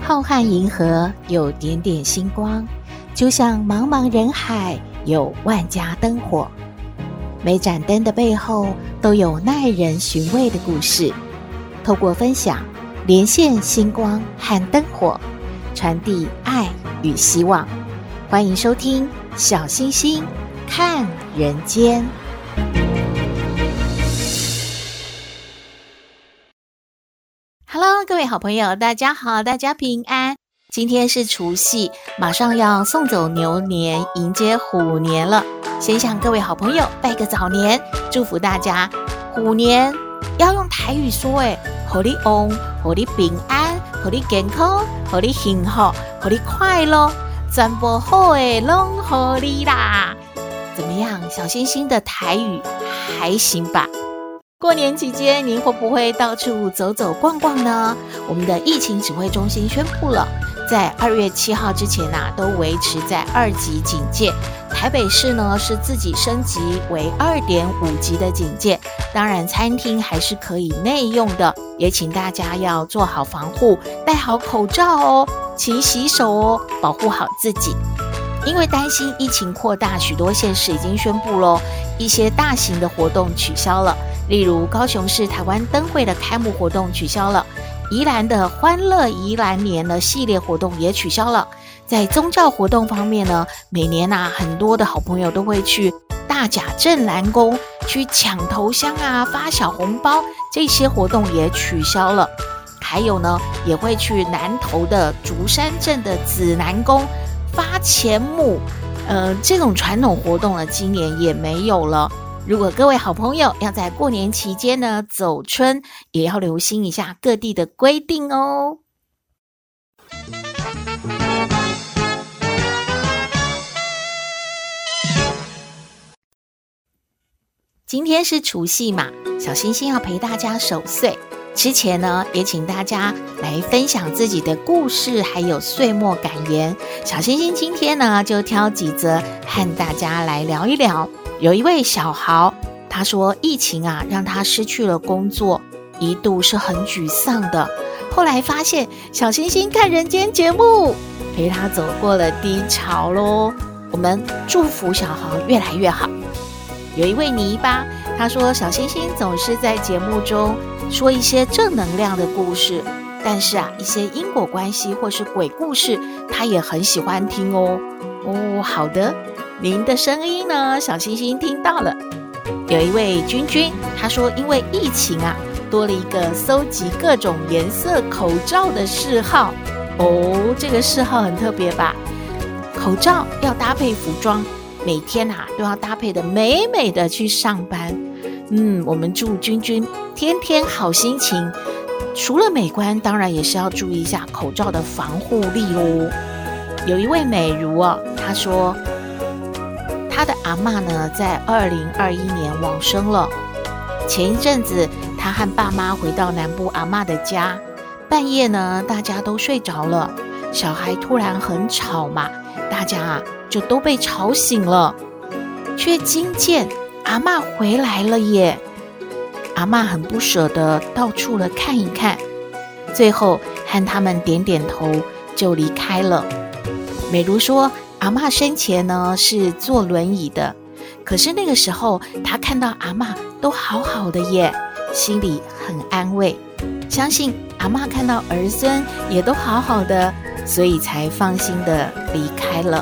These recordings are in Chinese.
浩瀚银河有点点星光，就像茫茫人海有万家灯火。每盏灯的背后都有耐人寻味的故事，透过分享连线星光和灯火，传递爱与希望。欢迎收听小星星看人间。Hello， 各位好朋友，大家好，大家平安。今天是除夕，马上要送走牛年，迎接虎年了。先向各位好朋友拜个早年，祝福大家虎年要用台语说互你旺，互你平安，互你健康，互你幸福，互你快乐，全部好的拢互你啦。怎么样，小星星的台语还行吧？过年期间您会不会到处走走逛逛呢？我们的疫情指挥中心宣布了，在2月7号之前都维持在2级警戒。台北市呢是自己升级为2.5级的警戒，当然餐厅还是可以内用的，也请大家要做好防护，戴好口罩哦，勤洗手哦，保护好自己。因为担心疫情扩大，许多县市已经宣布了一些大型的活动取消了，例如高雄市台湾灯会的开幕活动取消了，宜兰的欢乐宜兰年的系列活动也取消了。在宗教活动方面呢，每年很多的好朋友都会去大甲镇澜宫去抢头香发小红包，这些活动也取消了。还有呢，也会去南投的竹山镇的紫南宫发钱母，这种传统活动呢，今年也没有了。如果各位好朋友要在过年期间呢走春，也要留心一下各地的规定哦。今天是除夕嘛，小星星要陪大家守岁。之前呢，也请大家来分享自己的故事，还有岁末感言。小星星今天呢，就挑几则和大家来聊一聊。有一位小豪，他说疫情让他失去了工作，一度是很沮丧的。后来发现小星星看人间节目，陪他走过了低潮咯。我们祝福小豪越来越好。有一位泥巴，他说小星星总是在节目中说一些正能量的故事，但是一些因果关系或是鬼故事他也很喜欢听哦。好的，您的声音呢，小星星听到了。有一位君君，他说因为疫情多了一个搜集各种颜色口罩的嗜好。这个嗜好很特别吧？口罩要搭配服装，每天都要搭配的美美的去上班。我们祝君君天天好心情，除了美观，当然也是要注意一下口罩的防护力哦。有一位美如她说她的阿嬷呢在2021年往生了。前一阵子她和爸妈回到南部阿嬷的家，半夜呢大家都睡着了，小孩突然很吵嘛，大家就都被吵醒了，却惊见阿嬷回来了耶。阿嬷很不舍得到处了看一看，最后和他们点点头就离开了。美如说阿嬷生前呢是坐轮椅的，可是那个时候她看到阿嬷都好好的耶，心里很安慰，相信阿嬷看到儿孙也都好好的，所以才放心的离开了。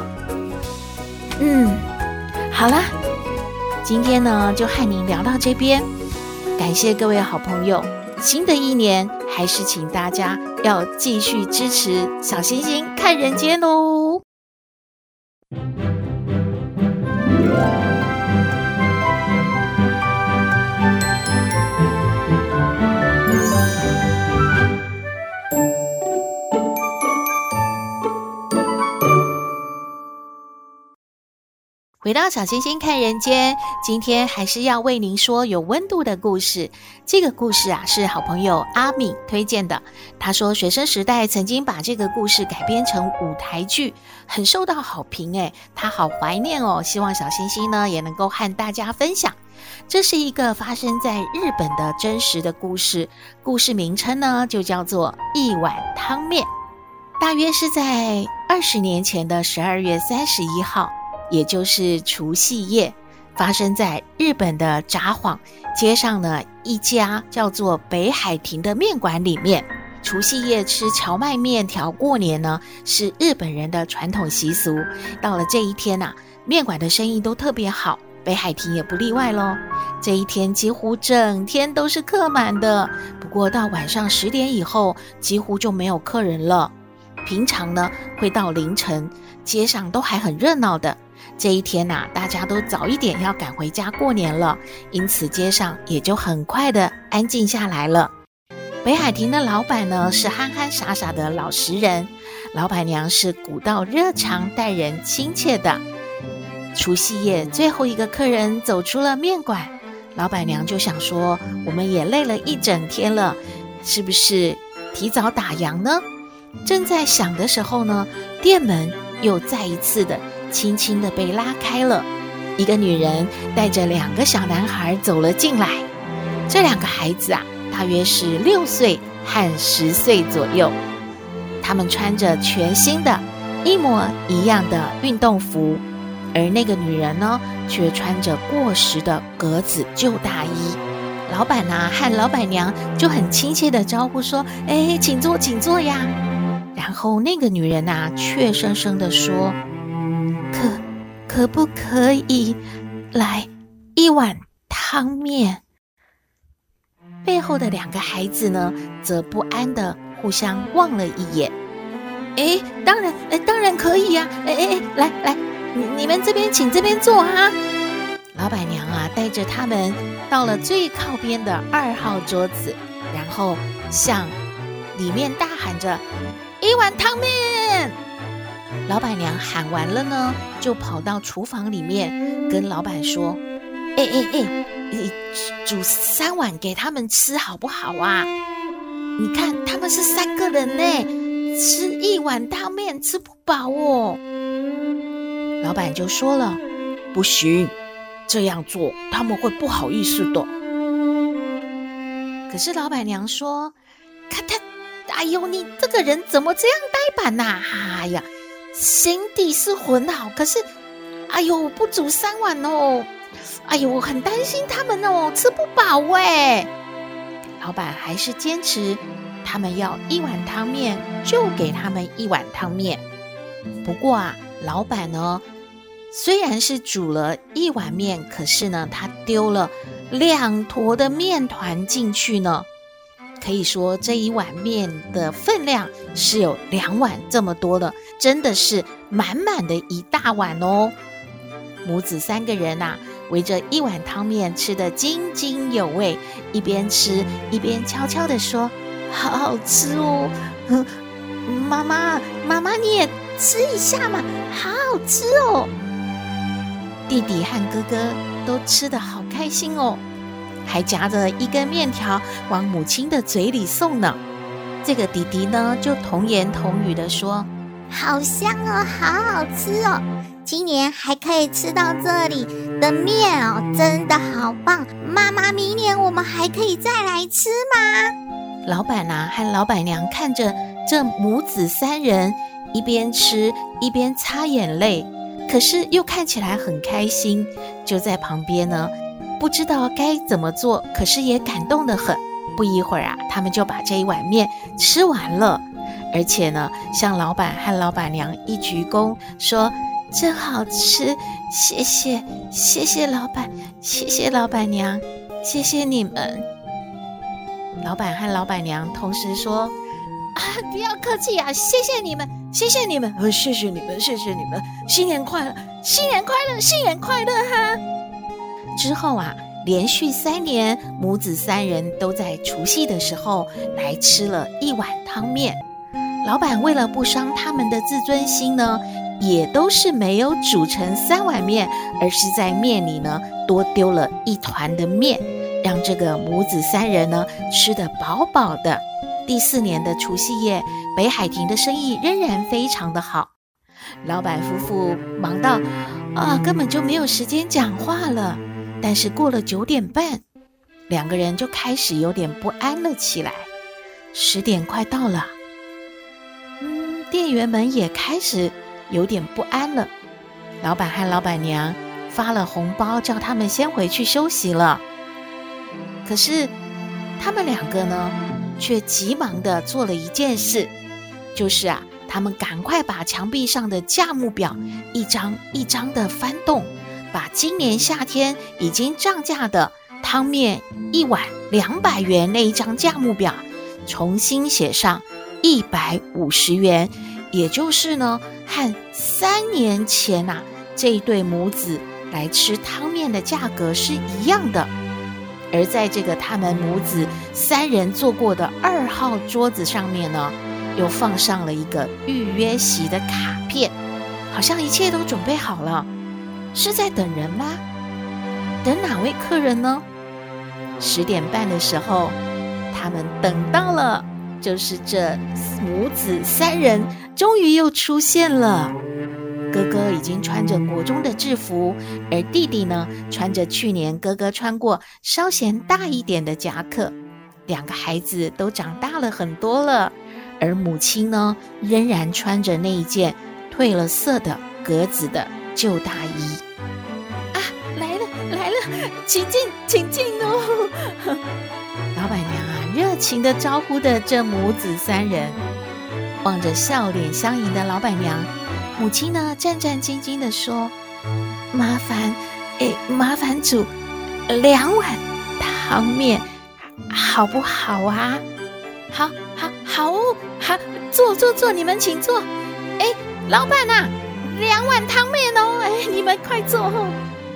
好啦，今天呢就和您聊到这边，感谢各位好朋友。新的一年还是请大家要继续支持小星星看人间哦。回到小星星看人间，今天还是要为您说有温度的故事。这个故事是好朋友阿米推荐的。他说学生时代曾经把这个故事改编成舞台剧，很受到好评他好怀念哦，希望小星星呢也能够和大家分享。这是一个发生在日本的真实的故事，故事名称呢就叫做一碗汤面。 大约是在20年前的12月31号，也就是除夕夜，发生在日本的札幌街上呢一家叫做北海亭的面馆里面。除夕夜吃荞麦面条过年呢，是日本人的传统习俗。到了这一天啊，面馆的生意都特别好，北海亭也不例外咯。这一天几乎整天都是客满的，不过到晚上10点以后，几乎就没有客人了。平常呢，会到凌晨，街上都还很热闹的。这一天啊，大家都早一点要赶回家过年了，因此街上也就很快的安静下来了。北海亭的老板呢，是憨憨傻傻的老实人，老板娘是古道热肠，待人亲切的。除夕夜最后一个客人走出了面馆，老板娘就想说，我们也累了一整天了，是不是提早打烊呢？正在想的时候呢，店门又再一次的轻轻的被拉开了，一个女人带着2个小男孩走了进来。这2个孩子啊，大约是6岁和10岁左右，他们穿着全新的一模一样的运动服，而那个女人呢，却穿着过时的格子旧大衣。老板啊和老板娘就很亲切的招呼说，请坐请坐呀。然后那个女人啊，怯生生的说，可不可以来一碗汤面？背后的2个孩子呢，则不安的互相望了一眼。当然可以呀，来，你们这边请这边坐啊。老板娘啊，带着他们到了最靠边的2号桌子，然后向里面大喊着一碗汤面。老板娘喊完了呢，就跑到厨房里面跟老板说，你煮3碗给他们吃好不好啊？你看他们是3个人呢，吃1碗汤面吃不饱哦。老板就说了，不行，这样做他们会不好意思的。可是老板娘说，看他，哎呦，你这个人怎么这样呆板啊？哎呀，心地是很好，可是哎呦，不煮3碗哦，哎呦，我很担心他们哦，吃不饱哎。老板还是坚持他们要1碗汤面，就给他们1碗汤面。不过啊，老板呢，虽然是煮了1碗面，可是呢，他丢了2坨的面团进去呢。可以说这1碗面的分量是有2碗这么多的，真的是满满的一大碗哦。母子3个人啊，围着1碗汤面吃得津津有味，一边吃一边悄悄地说，好好吃哦，妈妈你也吃一下嘛，好好吃哦。弟弟和哥哥都吃得好开心哦，还夹着1根面条往母亲的嘴里送呢。这个弟弟呢，就童言童语地说， 好香哦，好好吃哦，今年还可以吃到这里的面哦，真的好棒！妈妈，明年我们还可以再来吃吗？ 老板啊和老板娘看着这母子3人一边吃一边擦眼泪，可是又看起来很开心，就在旁边呢，不知道该怎么做，可是也感动得很。不一会儿啊，他们就把这1碗面吃完了，而且呢，向老板和老板娘一鞠躬，说真好吃，谢谢老板，谢谢老板娘，谢谢你们。老板和老板娘同时说，不要客气啊，谢谢你们，谢谢你们，谢谢你们，谢谢你们，新年快乐，新年快乐，新年快乐哈！之后啊，连续3年，母子3人都在除夕的时候来吃了1碗汤面。老板为了不伤他们的自尊心呢，也都是没有煮成3碗面，而是在面里呢多丢了1团的面，让这个母子3人呢吃得饱饱的。第4年的除夕夜，北海亭的生意仍然非常的好。老板夫妇忙到根本就没有时间讲话了。但是过了9点半，2个人就开始有点不安了起来。10点快到了， 店员们也开始有点不安了。老板和老板娘发了红包，叫他们先回去休息了。可是他们两个呢，却急忙地做了一件事，就是他们赶快把墙壁上的价目表一张一张的翻动，把今年夏天已经涨价的汤面1碗200元那一张价目表重新写上150元，也就是呢和3年前这一对母子来吃汤面的价格是一样的。而在这个他们母子3人坐过的2号桌子上面呢，又放上了一个预约席的卡片，好像一切都准备好了。是在等人吗？等哪位客人呢？10点半的时候，他们等到了，就是这母子3人终于又出现了。哥哥已经穿着国中的制服，而弟弟呢，穿着去年哥哥穿过稍显大一点的夹克。2个孩子都长大了很多了，而母亲呢，仍然穿着那一件褪了色的格子的旧大衣。来了，请进哦！老板娘热情地招呼的这母子3人，望着笑脸相迎的老板娘，母亲呢战战兢兢地说：“麻烦煮2碗汤面，好不好啊？”好哦，好，坐，你们请坐。老板2碗汤面哦，你们快坐哦。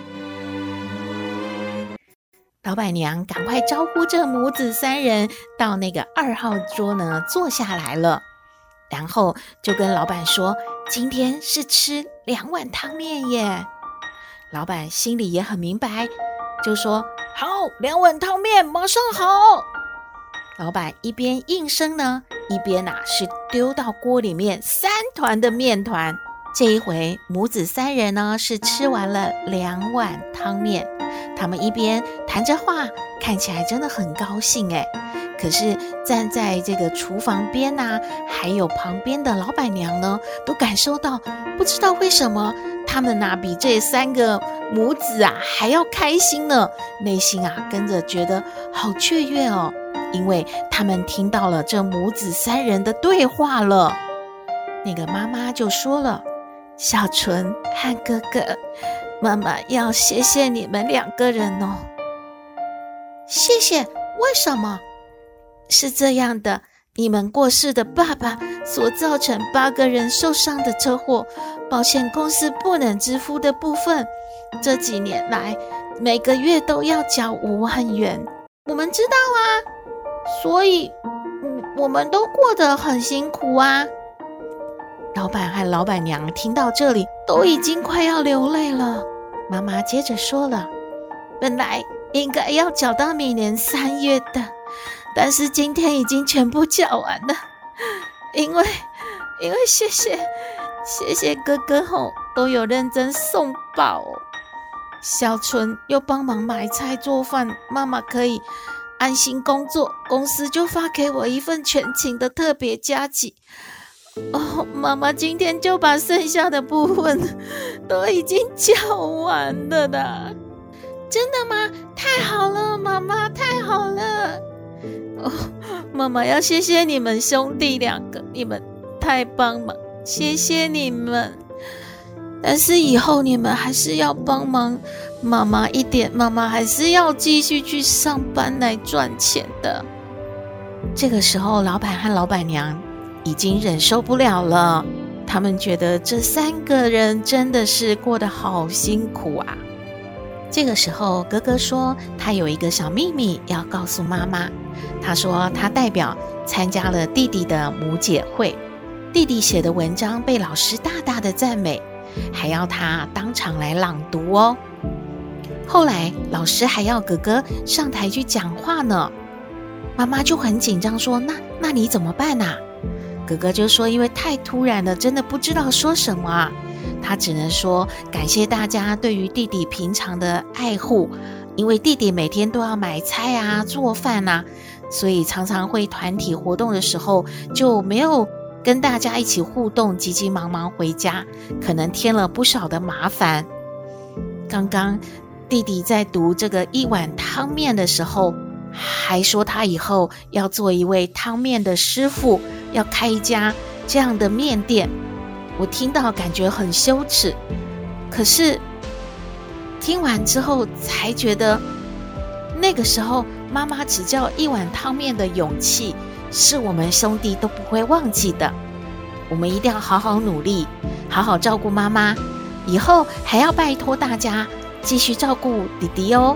老板娘赶快招呼这母子3人到那个2号桌呢坐下来了，然后就跟老板说，今天是吃2碗汤面耶。老板心里也很明白，就说好，2碗汤面马上好。老板一边应声呢，一边是丢到锅里面3团的面团。这一回母子3人呢是吃完了2碗汤面，他们一边谈着话，看起来真的很高兴可是站在这个厨房边还有旁边的老板娘呢，都感受到不知道为什么他们比这3个母子还要开心呢，内心跟着觉得好雀跃哦，因为他们听到了这母子3人的对话了。那个妈妈就说了，小纯和哥哥，妈妈要谢谢你们2个人哦。谢谢？为什么？是这样的，你们过世的爸爸所造成8个人受伤的车祸，保险公司不能支付的部分，这几年来每个月都要缴5万元。我们知道所以我们都过得很辛苦老板和老板娘听到这里都已经快要流泪了。妈妈接着说了，本来应该要缴到明年3月的，但是今天已经全部缴完了。因为谢谢哥哥都有认真送报小纯又帮忙买菜做饭，妈妈可以安心工作，公司就发给我一份全勤的特别加给。妈妈今天就把剩下的部分都已经缴完了的。真的吗？太好了，妈妈，太好了。妈妈要谢谢你们兄弟2个，你们太帮忙，谢谢你们。但是以后你们还是要帮忙妈妈一点，妈妈还是要继续去上班来赚钱的。这个时候老板和老板娘已经忍受不了了，他们觉得这3个人真的是过得好辛苦这个时候哥哥说他有一个小秘密要告诉妈妈，他说他代表参加了弟弟的母姐会，弟弟写的文章被老师大大的赞美，还要他当场来朗读哦。后来老师还要哥哥上台去讲话呢，妈妈就很紧张说那你怎么办哥哥就说因为太突然了，真的不知道说什么他只能说感谢大家对于弟弟平常的爱护，因为弟弟每天都要买菜做饭所以常常会团体活动的时候就没有跟大家一起互动，急急忙忙回家，可能添了不少的麻烦。刚刚弟弟在读这个一碗汤面的时候，还说他以后要做一位汤面的师傅，要开一家这样的面店。我听到感觉很羞耻，可是听完之后才觉得，那个时候妈妈只叫一碗汤面的勇气，是我们兄弟都不会忘记的。我们一定要好好努力，好好照顾妈妈，以后还要拜托大家继续照顾弟弟哦。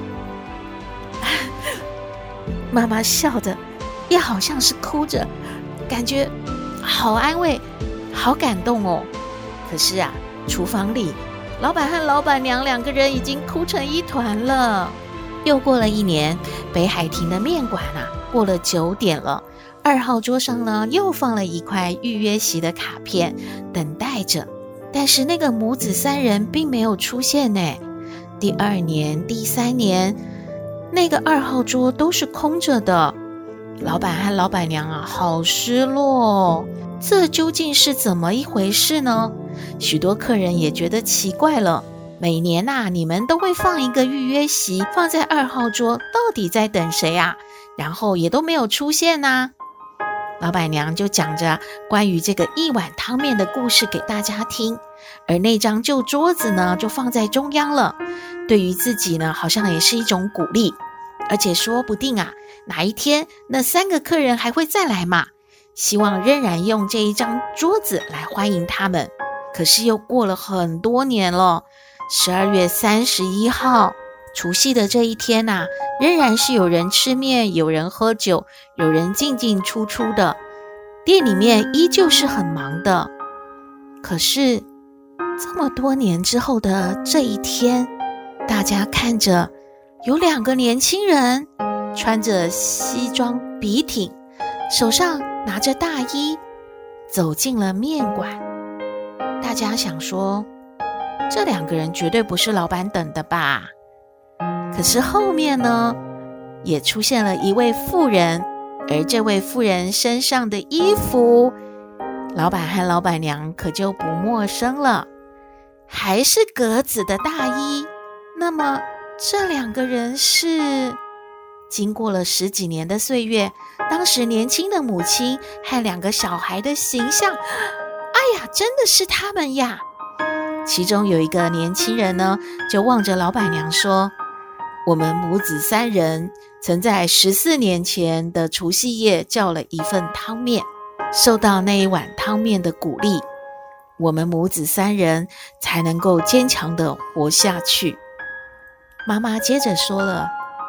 妈妈笑着，也好像是哭着，感觉好安慰，好感动哦。可是啊，厨房里老板和老板娘2个人已经哭成一团了。又过了1年，北海亭的面馆啊，过了9点了，2号桌上呢又放了一块预约席的卡片，等待着。但是那个母子3人并没有出现呢。第2年、第3年，那个2号桌都是空着的。老板和老板娘啊，好失落哦，这究竟是怎么一回事呢？许多客人也觉得奇怪了。每年啊，你们都会放一个预约席放在2号桌，到底在等谁啊？然后也都没有出现啊。老板娘就讲着关于这个一碗汤面的故事给大家听，而那张旧桌子呢，就放在中央了。对于自己呢，好像也是一种鼓励，而且说不定啊，哪一天那3个客人还会再来嘛，希望仍然用这一张桌子来欢迎他们。可是又过了很多年了，12月31号，除夕的这一天啊，仍然是有人吃面，有人喝酒，有人进进出出的，店里面依旧是很忙的。可是这么多年之后的这一天，大家看着有2个年轻人穿着西装笔挺，手上拿着大衣，走进了面馆。大家想说，这2个人绝对不是老板等的吧？可是后面呢，也出现了一位妇人，而这位妇人身上的衣服，老板和老板娘可就不陌生了，还是格子的大衣。那么这2个人是经过了10几年的岁月，当时年轻的母亲和2个小孩的形象，哎呀，真的是他们呀！其中有一个年轻人呢，就望着老板娘说，我们母子3人曾在14年前的除夕夜叫了一份汤面，受到那一碗汤面的鼓励，我们母子3人才能够坚强地活下去。妈妈接着说了，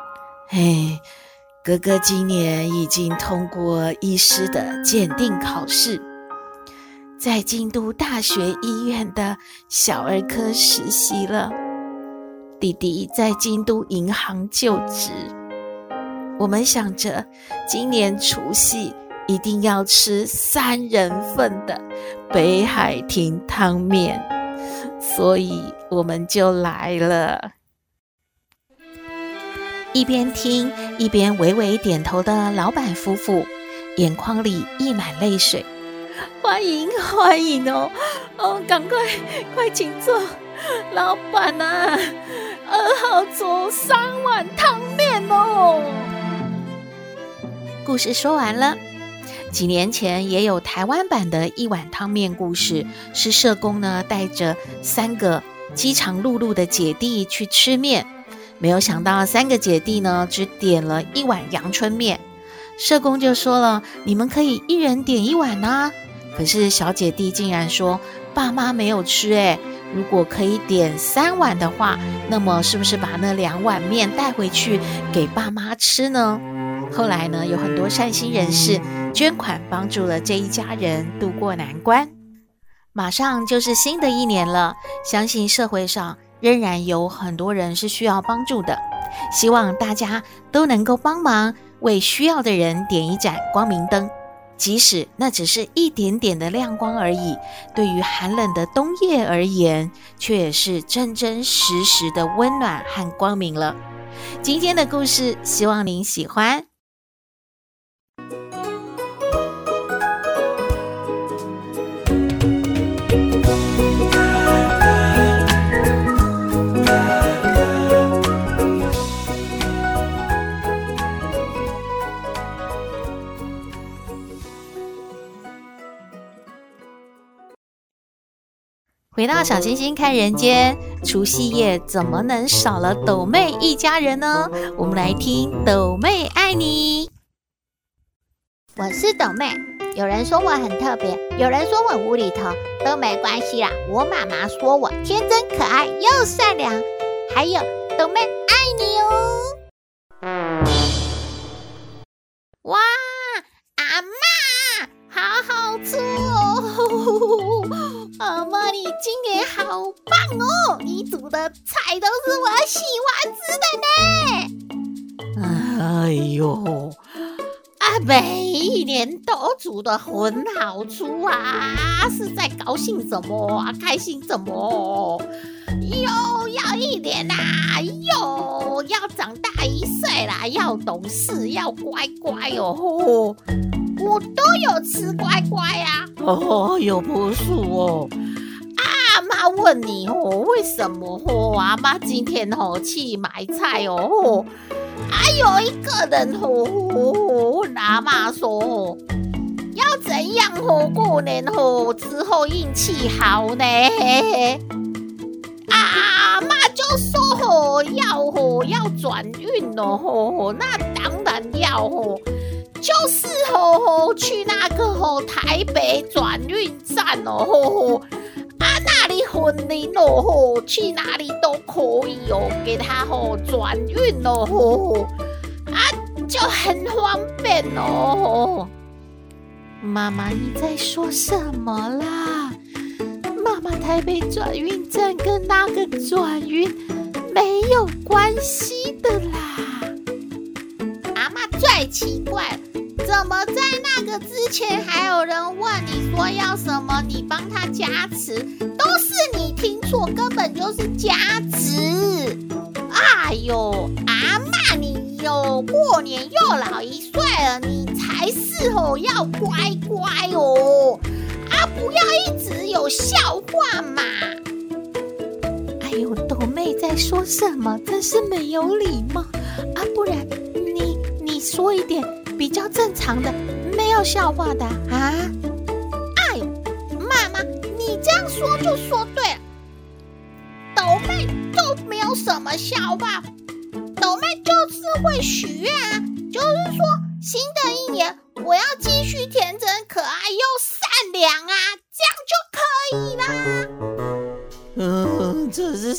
哥哥今年已经通过医师的鉴定考试，在京都大学医院的小儿科实习了，弟弟在京都银行就职。我们想着今年除夕一定要吃3人份的北海亭汤面，所以我们就来了。一边听一边微微点头的老板夫妇，眼眶里溢满泪水。欢迎欢迎哦，赶快请坐，老板啊，2号桌3碗汤面哦。故事说完了。几年前也有台湾版的一碗汤面故事，是社工呢带着3个饥肠辘辘的姐弟去吃面，没有想到3个姐弟呢只点了1碗阳春面。社工就说了，你们可以1人点1碗啊。可是小姐弟竟然说，爸妈没有吃如果可以点3碗的话，那么是不是把那2碗面带回去给爸妈吃呢？后来呢，有很多善心人士捐款帮助了这一家人度过难关。马上就是新的1年了，相信社会上仍然有很多人是需要帮助的，希望大家都能够帮忙为需要的人点一盏光明灯，即使那只是一点点的亮光而已，对于寒冷的冬夜而言，却也是真真实实的温暖和光明了。今天的故事希望您喜欢。 回到小星星看人间，除夕夜怎么能少了斗妹一家人呢？我们来听斗妹爱你。 我是斗妹，有人说我很特别，有人说我无厘头，都没关系啦。我妈妈说我天真可爱又善良，还有斗妹爱你哦。哇，阿嬷好好吃哦！阿嬷你今年好棒哦，你煮的菜都是我喜欢吃的呢。 哎呦， 每一年都煮得很好吃啊，是在高兴什么啊？开心什么？又要1年啦，又要长大1岁啦，要懂事，要乖乖哦。我都有吃乖乖啊。 哦，有不是哦。 阿妈问你为什么阿妈今天去买菜哦？有一个人问阿妈说要怎样过年之后运气好呢？阿妈就说要转运哦，那当然要就是去那个台北转运站哦。那里婚礼去哪里都可以给他转运就很方便哦。 妈妈你在说什么啦？妈妈台北转运站跟那个转运没有关系的啦。 阿嬷最奇怪，怎么在那个之前还有人问你说要什么，你帮他加持，都是你听错，根本就是加持。哎呦，阿嬷你过年又老1岁了，你才是要乖乖哦，不要一直有笑话嘛。 哎呦，斗妹在说什么？真是没有礼貌啊！不然你说一点比较正常的，没有笑话的啊！ 哎呦，妈妈，你这样说就说对了，斗妹都没有什么笑话，斗妹就是会许愿啊，就是说新的一年我要继续天真可爱又善良啊，这样就可以啦。 这是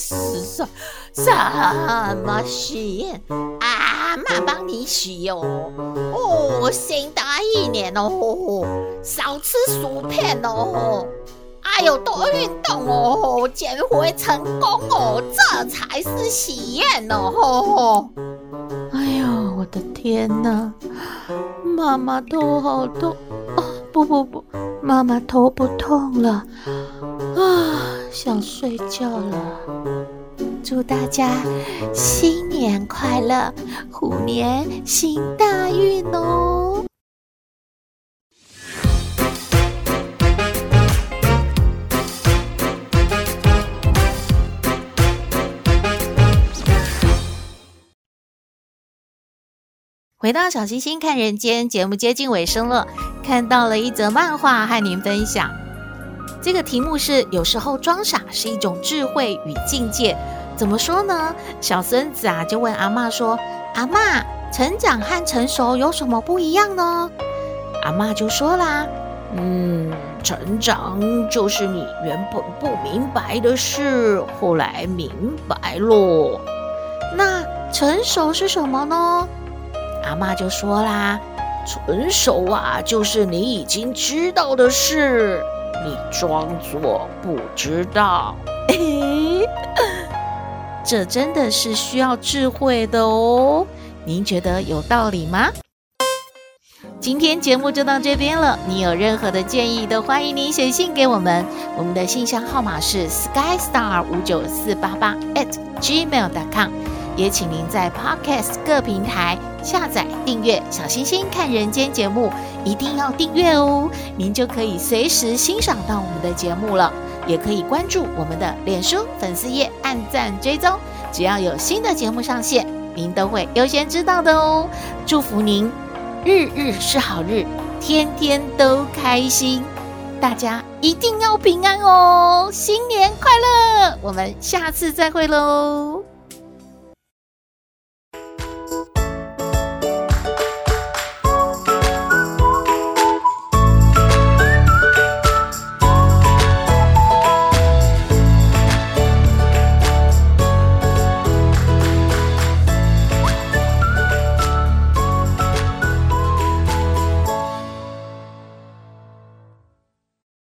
什么许愿？ 阿嬷帮你许新的一年少吃薯片多运动减肥成功这才是喜宴哎呦，我的天哪！妈妈头好痛不，妈妈头不痛了想睡觉了。祝大家新年快乐，虎年行大运哦！回到小星星看人间，节目接近尾声了，看到了一则漫画和您分享。这个题目是有时候装傻是一种智慧与境界。怎么说呢？小孙子就问阿嬷说，阿嬷，成长和成熟有什么不一样呢？阿嬷就说啦，成长就是你原本不明白的事，后来明白咯。那成熟是什么呢？阿嬷就说啦，成熟就是你已经知道的事，你装作不知道。这真的是需要智慧的哦，您觉得有道理吗？今天节目就到这边了，你有任何的建议都欢迎您写信给我们，我们的信箱号码是 skystar59488@gmail.com， 也请您在 Podcast 各平台下载订阅小星星看人间节目，一定要订阅哦，您就可以随时欣赏到我们的节目了。也可以关注我们的脸书粉丝页，按赞追踪，只要有新的节目上线，您都会优先知道的哦。祝福您日日是好日，天天都开心。 大家一定要平安哦，新年快乐！我们下次再会喽。